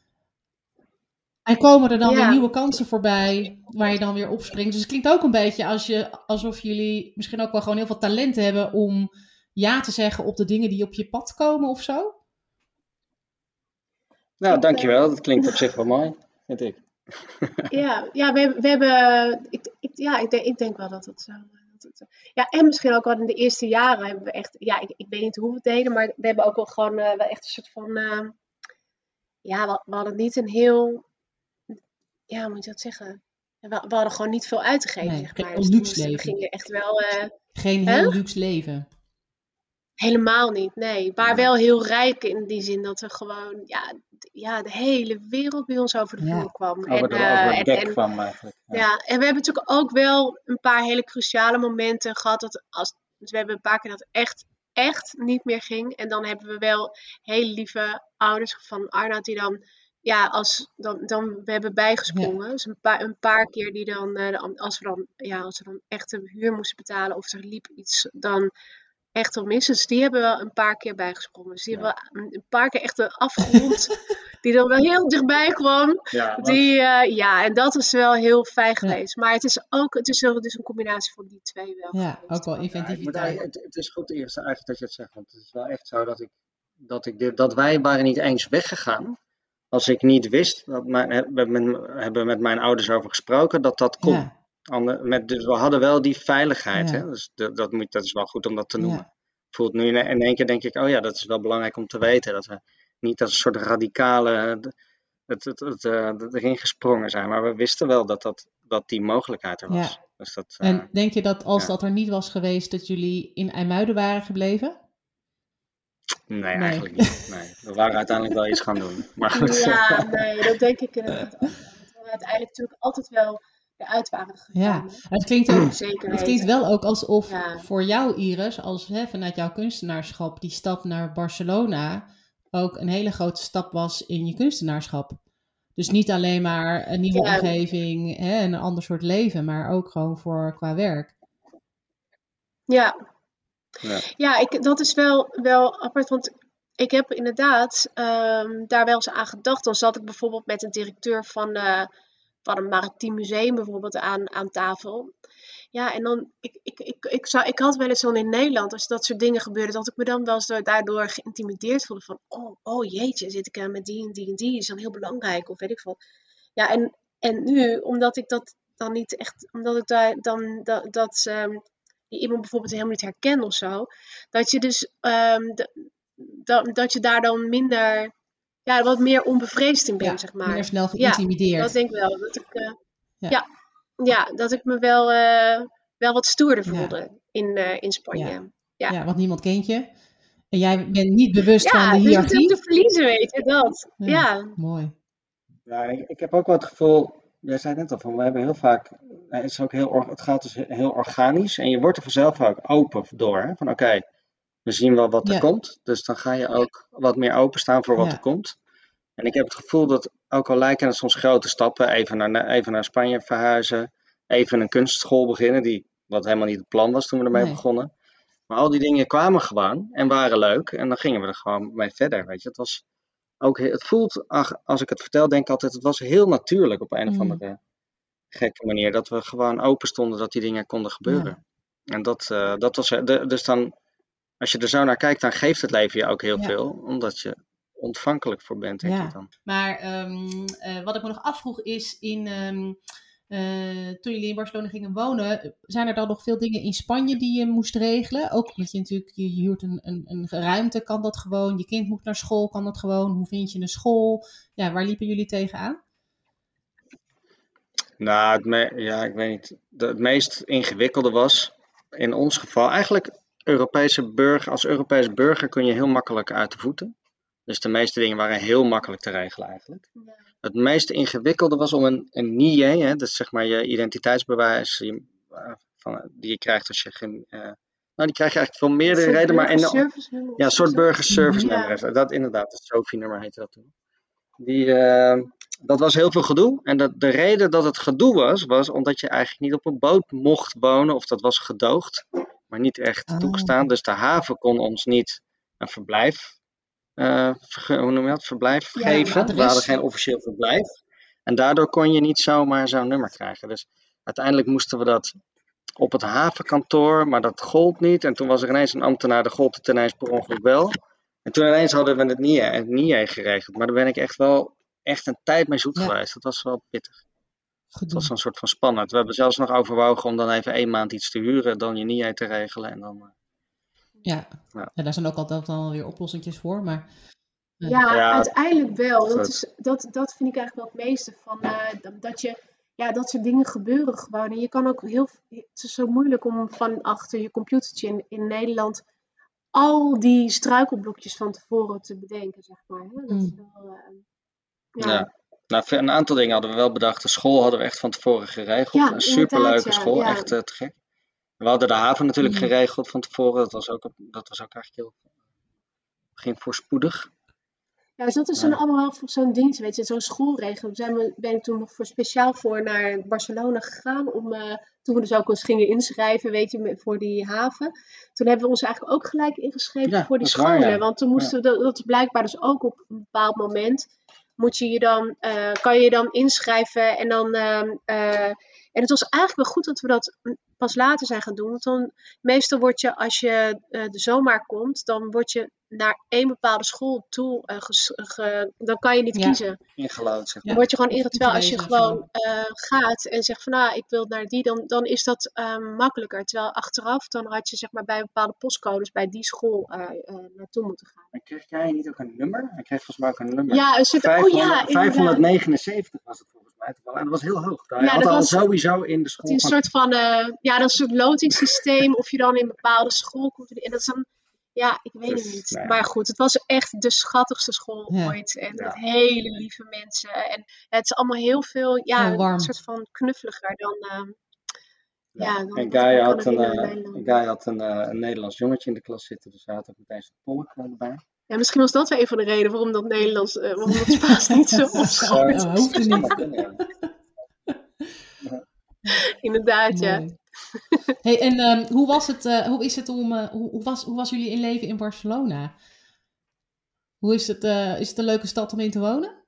En komen er dan Ja. weer nieuwe kansen voorbij waar je dan weer opspringt. Dus het klinkt ook een beetje als je, alsof jullie misschien ook wel gewoon heel veel talent hebben om ja te zeggen op de dingen die op je pad komen of zo. nou, dankjewel. Dat klinkt op zich wel mooi, vind ik. Ja, ja, we, hebben- we hebben... Ik, ik, ja, ik denk, ik denk wel dat het zo... dat het zo- Ja, en misschien ook wel in de eerste jaren hebben we echt... Ja, ik, ik weet niet hoe we het deden, maar we hebben ook wel gewoon eh, wel echt een soort van... eh, ja, we, we hadden niet een heel... Ja, hoe moet je dat zeggen? We, we hadden gewoon niet veel uit te geven, Nee, zeg geen maar. Dus luxe we leven. gingen echt wel... eh, Geen Hè? heel luxe leven. Helemaal niet, nee. Maar Nee. wel heel rijk in die zin dat er gewoon... Ja, d- ja de hele wereld bij ons over de Ja. vloer kwam. Over, de, eh, over het en- dek en- kwam eigenlijk. Ja. Ja, en we hebben natuurlijk ook wel een paar hele cruciale momenten gehad. Dat als, dus we hebben een paar keer dat het echt, echt niet meer ging. En dan hebben we wel hele lieve ouders van Arnoud die dan, ja, als, dan, dan we hebben bijgesprongen. Dus een paar, een paar keer die dan, eh, de- als, we dan, ja, als we dan echt de huur moesten betalen of er liep iets dan echt al mis. Dus die hebben wel een paar keer bijgesprongen. Dus die Ja. hebben wel een paar keer echt de afgrond die dan wel heel dichtbij kwam. Ja, want- Die, eh, ja, en dat is wel heel fijn Ja. geweest. Maar het is ook het is, wel- het is een combinatie van die twee wel. Ja, geweest. ook wel Ja, ik moet inventiviteit. eigenlijk- het, het is goed eerst eigenlijk dat je het zegt. Want het is wel echt zo dat ik, dat ik dit, dat wij waren niet eens weggegaan. Als ik niet wist, dat mijn, we hebben met, hebben met mijn ouders over gesproken, dat dat kon. Ja, Ander, met, dus we hadden wel die veiligheid. Ja. Hè? Dus dat, dat, moet, dat is wel goed om dat te noemen. Ja. Voelt nu in, in één keer denk ik, oh ja, dat is wel belangrijk om te weten. Dat we niet als een soort radicale het, het, het, uh, erin gesprongen zijn. Maar we wisten wel dat, dat, dat die mogelijkheid er was. Ja. Dus dat, uh, En denk je dat als ja. dat er niet was geweest, dat jullie in IJmuiden waren gebleven? Nee, Nee. eigenlijk niet. Nee. We waren uiteindelijk wel iets gaan doen. Maar goed. Ja, nee, dat denk ik inderdaad ook. Dat we uiteindelijk natuurlijk altijd wel eruit waren gekomen. Ja, het klinkt, ook, Zeker het klinkt weten. wel ook alsof Ja. voor jou, Iris, als hè, vanuit jouw kunstenaarschap, die stap naar Barcelona ook een hele grote stap was in je kunstenaarschap. Dus niet alleen maar een nieuwe Ja. omgeving hè, en een ander soort leven, maar ook gewoon voor qua werk. Ja, Ja. ja ik, dat is wel, wel apart, want ik heb inderdaad ehm, daar wel eens aan gedacht. Dan zat ik bijvoorbeeld met een directeur van, eh, van een maritiem museum bijvoorbeeld aan, aan tafel. Ja, en dan, ik, ik, ik, ik, zou, ik had wel eens dan in Nederland, als dat soort dingen gebeurde, dat ik me dan wel eens door- daardoor geïntimideerd voelde van, oh, oh jeetje, zit ik er met die en die en die, is dan heel belangrijk, of weet ik veel. Ja, en, en nu, omdat ik dat dan niet echt, omdat ik daar dan, dat, dat ehm, die iemand bijvoorbeeld helemaal niet herken of zo, dat je dus, ehm, d- dat, dat je daar dan minder, ja, wat meer onbevreesd in bent, Ja, zeg maar. minder snel Ja, geïntimideerd. dat denk ik wel. Dat ik, eh, Ja. ja. Ja, dat ik me wel, eh, wel wat stoerder Ja. voelde in, eh, in Spanje. Ja. Ja, Ja, want niemand kent je. En jij bent niet bewust van de ja dus het hiërarchie. ook te verliezen, weet je, dat. Ja, Ja, mooi. Ja, ik, ik heb ook wel het gevoel, jij zei net al van, we hebben heel vaak, het, is ook heel, or- het gaat dus heel organisch en je wordt er vanzelf ook open door. Hè? Van oké, we zien wel wat er Ja. komt, dus dan ga je ook wat meer openstaan voor wat Ja. er komt. En ik heb het gevoel dat, ook al lijken het soms grote stappen, even naar, even naar Spanje verhuizen, even een kunstschool beginnen, die, wat helemaal niet het plan was toen we ermee Nee. begonnen. Maar al die dingen kwamen gewoon en waren leuk en dan gingen we er gewoon mee verder, weet je. Het was ook, he- het voelt, ach, als ik het vertel, denk ik altijd, het was heel natuurlijk op een of Mm. andere gekke manier, dat we gewoon open stonden dat die dingen konden gebeuren. En dat, eh, dat was, er- de, dus dan, als je er zo naar kijkt, dan geeft het leven je ook heel Ja. veel, omdat je ontvankelijk voor bent, denk Ja. ik dan. Maar ehm, eh, wat ik me nog afvroeg is, in, ehm, eh, toen jullie in Barcelona gingen wonen, zijn er dan nog veel dingen in Spanje die je moest regelen? Ook omdat je natuurlijk, je huurt een, een, een ruimte, kan dat gewoon? Je kind moet naar school, kan dat gewoon? Hoe vind je een school? Ja, waar liepen jullie tegenaan? Nou, het, me- ja, ik weet niet. De, het meest ingewikkelde was in ons geval eigenlijk Europese burger. Als Europese burger kun je heel makkelijk uit de voeten. Dus de meeste dingen waren heel makkelijk te regelen eigenlijk. Ja. Het meest ingewikkelde was om een, een N I E, hè, dat is zeg maar je identiteitsbewijs je, uh, van, die je krijgt als je geen. Uh, nou, die krijg je eigenlijk veel meerdere Een soort redenen, maar in de, burgerservice-nummer of ja, een soort zo. burgerservice Ja. nummer. is Dat inderdaad, het SOFI-nummer heette dat toen. Die, uh, dat was heel veel gedoe. En dat, de reden dat het gedoe was, was omdat je eigenlijk niet op een boot mocht wonen. Of dat was gedoogd, maar niet echt Oh. toegestaan. Dus de haven kon ons niet een verblijf, uh, verge- hoe noem je dat? verblijf Ja, geven. adres. We hadden geen officieel verblijf. En daardoor kon je niet zomaar zo'n nummer krijgen. Dus uiteindelijk moesten we dat op het havenkantoor, maar dat gold niet. En toen was er ineens een ambtenaar, dat gold het ineens per ongeluk wel. En toen ineens hadden we het N I E, het N I E geregeld. Maar daar ben ik echt wel echt een tijd mee zoet Ja. geweest. Dat was wel pittig. Het Gedoe. was een soort van spannend. We hebben zelfs nog overwogen om dan even één maand iets te huren, dan je N I E te regelen. En dan, uh, Ja. Ja. Ja, daar zijn ook altijd dan weer oplossingjes voor, maar... uh, Ja, Ja, uiteindelijk wel. Dat, goed. is, dat, dat vind ik eigenlijk wel het meeste van uh, dat- dat je, ja, dat soort dingen gebeuren gewoon. En je kan ook heel, het is zo moeilijk om van achter je computertje in, in Nederland al die struikelblokjes van tevoren te bedenken, zeg maar. Hè? Dat is Mm. wel, uh, ja. Ja. Nou, een aantal dingen hadden we wel bedacht. De school hadden we echt van tevoren geregeld. Ja, Een superleuke inderdaad, ja, school, ja. echt uh, te gek. We hadden de haven natuurlijk Mm. geregeld van tevoren. Dat was ook, dat was ook eigenlijk heel, ging voorspoedig. Ja, dus dat is Ja. zo'n allemaal zo'n ding, weet je, zo'n schoolregel. Zijn we, ben ik toen nog voor speciaal voor naar Barcelona gegaan, om, uh, toen we dus ook ons gingen inschrijven, weet je, met, voor die haven. Toen hebben we ons eigenlijk ook gelijk ingeschreven Ja, voor die dat is waar, scholen. ja. Want toen moesten we, dat, dat is blijkbaar dus ook op een bepaald moment, moet je je dan, uh, kan je je dan inschrijven en dan uh, uh, En het was eigenlijk wel goed dat we dat pas later zijn gaan doen. Want dan, meestal word je, als je uh, de zomer komt, dan word je naar één bepaalde school toe, uh, ges, ge, dan kan je niet Ja. kiezen. Ingelood, zeg Dan maar. word je gewoon ingelood. Terwijl als je Ingewezen gewoon uh, gaat en zegt van, nou, ik wil naar die, dan, dan is dat um, makkelijker. Terwijl achteraf, dan had je zeg maar bij bepaalde postcodes bij die school uh, uh, naartoe moeten gaan. Maar kreeg jij niet ook een nummer? Hij kreeg volgens mij ook een nummer. Ja, een soort, vijfhonderd, oh ja, vijfhonderdnegenenzeventig was het volgens mij. En dat was heel hoog. Hij Ja, had dat al was- sowieso in de school Een van- soort van, uh, ja, dat is een soort lotingssysteem. Of je dan in een bepaalde school komt. En dat is dan, ja, ik weet Dus, het niet. nou ja. Maar goed, het was echt de schattigste school Ja. ooit. En Ja. met hele lieve mensen. En het is allemaal heel veel, ja, Heel warm. een soort van knuffeliger dan, uh, Ja. ja, dan En wat Guy ik had, kan een, herinneren in uh, Nederland. Guy had een, uh, een Nederlands jongetje in de klas zitten. Dus hij had ook meteen zijn tolk uh, erbij. Ja, misschien was dat wel een van de redenen waarom dat Nederlands, uh, waarom dat Spaans niet zo opschoot. Ja, hoeft er niet. Inderdaad, ja. Mooi. Hey, en um, hoe was het, uh, hoe is het om, uh, hoe, hoe, was, hoe was jullie in leven in Barcelona? Hoe is het, uh, is het een leuke stad om in te wonen?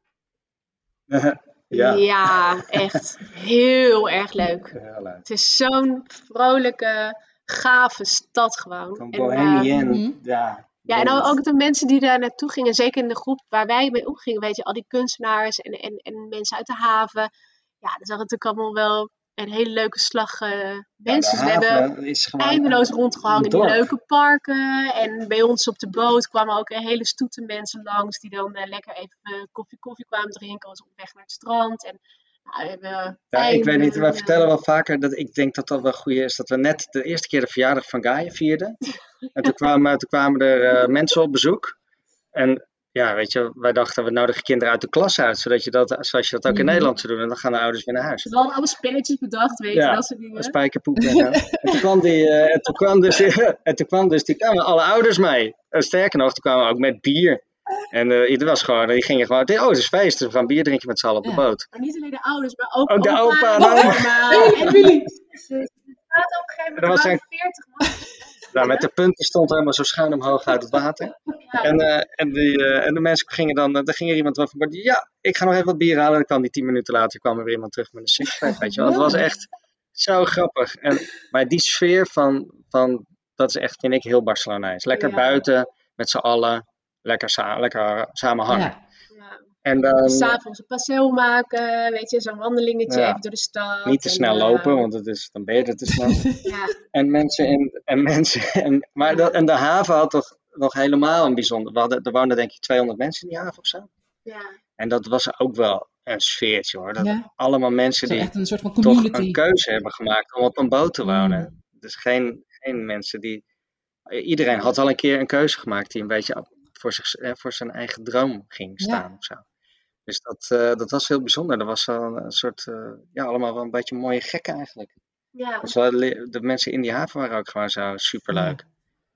Ja. Ja, echt heel erg leuk. Heel leuk. Het is zo'n vrolijke, gave stad gewoon. Van En, uh, Bohemien. Mhm. Ja. ja, en dat is- ook de mensen die daar naartoe gingen, zeker in de groep waar wij mee omgingen, weet je, al die kunstenaars en, en, en mensen uit de haven. Ja, dat zag natuurlijk allemaal wel een hele leuke slag uh, Ja, mensen. de Dus we hebben haven is gewoon eindeloos een- rondgehangen een in die dorp. leuke parken. En bij ons op de boot kwamen ook een hele stoete mensen langs die dan uh, lekker even uh, koffie koffie kwamen drinken. Was op weg naar het strand. En nou, we hebben Ja, ik weet eindelijk, niet, wij uh, vertellen wel vaker dat ik denk dat dat wel goed is. Dat we net de eerste keer de verjaardag van Gaia vierden. En toen kwamen, toen kwamen er uh, mensen op bezoek. En ja, weet je, wij dachten we nodigen kinderen uit de klas uit. Zodat je dat, zoals je dat ook in Mhm. Nederland zou doen. En dan gaan de ouders weer naar huis. we hadden allemaal spelletjes bedacht, weet je, Ja, dat soort dingen. Spijkerpoep en zo. En toen kwam, die, uh, en toen kwam dus, en toen kwam dus die kwamen alle ouders mee. En sterker nog, toen kwamen we ook met bier. En uh, het was gewoon, die gingen gewoon, oh het is feest, dus we gaan bier drinken met z'n allen op de Ja. boot. Maar niet alleen de ouders, maar ook Ook de opa en en oma. oma. Hele En familie. er staat op een gegeven moment Er was waren een- veertig man. Nou, met de punten stond helemaal zo schuin omhoog uit het water. Ja. En, uh, en, die, uh, en de mensen gingen dan, uh, dan ging er iemand wel van, ja, ik ga nog even wat bier halen. En dan kwam die tien minuten later kwam er weer iemand terug met een sixpack, weet je wel. Het was echt zo grappig. En, maar die sfeer van, van, dat is echt, vind ik, heel Barcelonees. Lekker Ja. buiten, met z'n allen, lekker, sa- lekker samen hangen. Ja. Ja. En dan S'avonds een passeo maken, weet je, zo'n wandelingetje Ja. even door de stad. niet te en, snel uh, lopen, want het is, dan ben je er te snel. Ja, En mensen in, en mensen, en, maar dat, en de haven had toch nog helemaal een bijzonder, we hadden, er woonden denk ik tweehonderd mensen in die haven of zo. ja. En dat was ook wel een sfeertje hoor. Dat Ja. allemaal mensen Zo die echt een soort van toch community. een keuze hebben gemaakt om op een boot te wonen. Mm. Dus geen, geen mensen die, iedereen had al een keer een keuze gemaakt die een beetje voor, zich, eh, voor zijn eigen droom ging staan Ja. of zo. Dus dat, uh, dat was heel bijzonder. Dat was wel een soort, uh, ja, allemaal wel een beetje mooie gekken eigenlijk. Ja. Dus wel, de mensen in die haven waren ook gewoon zo superleuk.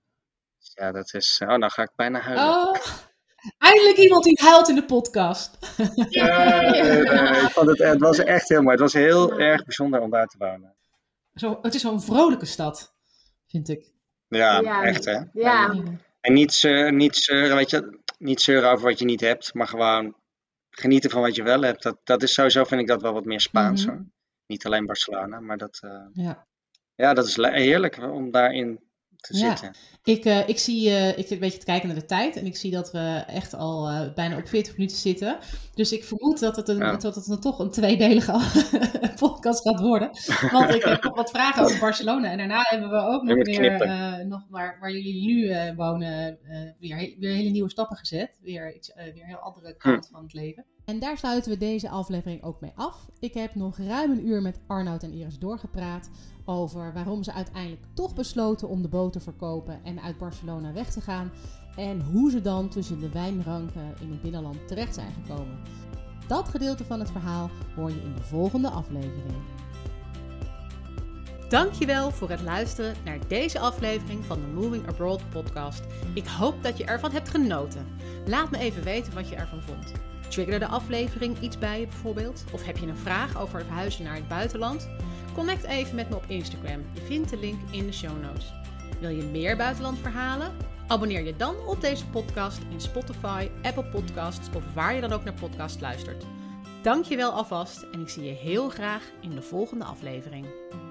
Ja, ja dat is, oh nou ga ik bijna huilen. Oh, eindelijk iemand die huilt in de podcast. Ja, nee, nee, ik vond het, het was echt heel mooi. Het was heel Ja. erg bijzonder om daar te wonen. Zo, het is zo'n vrolijke stad, vind ik. Ja, Ja. echt hè. Ja. En, en niet, zeur, niet zeuren, weet je, niet zeuren over wat je niet hebt, maar gewoon genieten van wat je wel hebt. Dat, dat is sowieso, vind ik dat wel wat meer Spaans Mhm. hoor. Niet alleen Barcelona, maar dat, uh, Ja. ja, dat is le- heerlijk om daarin te Ja. zitten. Ik, uh, ik zie, uh, ik zit een beetje te kijken naar de tijd en ik zie dat we echt al uh, bijna op veertig minuten zitten. Dus ik vermoed dat het, een, Ja. dat het een, toch een tweedelige podcast gaat worden. Want ik heb nog wat vragen over Barcelona en daarna hebben we ook Je nog moet weer, knippen. uh, nog waar, waar jullie nu uh, wonen, uh, weer, he- weer hele nieuwe stappen gezet. Weer, iets, uh, weer een heel andere kant van het leven. En daar sluiten we deze aflevering ook mee af. Ik heb nog ruim een uur met Arnoud en Iris doorgepraat over waarom ze uiteindelijk toch besloten om de boot te verkopen en uit Barcelona weg te gaan. En hoe ze dan tussen de wijnranken in het binnenland terecht zijn gekomen. Dat gedeelte van het verhaal hoor je in de volgende aflevering. Dankjewel voor het luisteren naar deze aflevering van de Moving Abroad podcast. Ik hoop dat je ervan hebt genoten. Laat me even weten wat je ervan vond. Triggerde de aflevering iets bij je bijvoorbeeld? Of heb je een vraag over verhuizen naar het buitenland? Connect even met me op Instagram. Je vindt de link in de show notes. Wil je meer buitenlandverhalen? Abonneer je dan op deze podcast in Spotify, Apple Podcasts of waar je dan ook naar podcasts luistert. Dank je wel alvast en ik zie je heel graag in de volgende aflevering.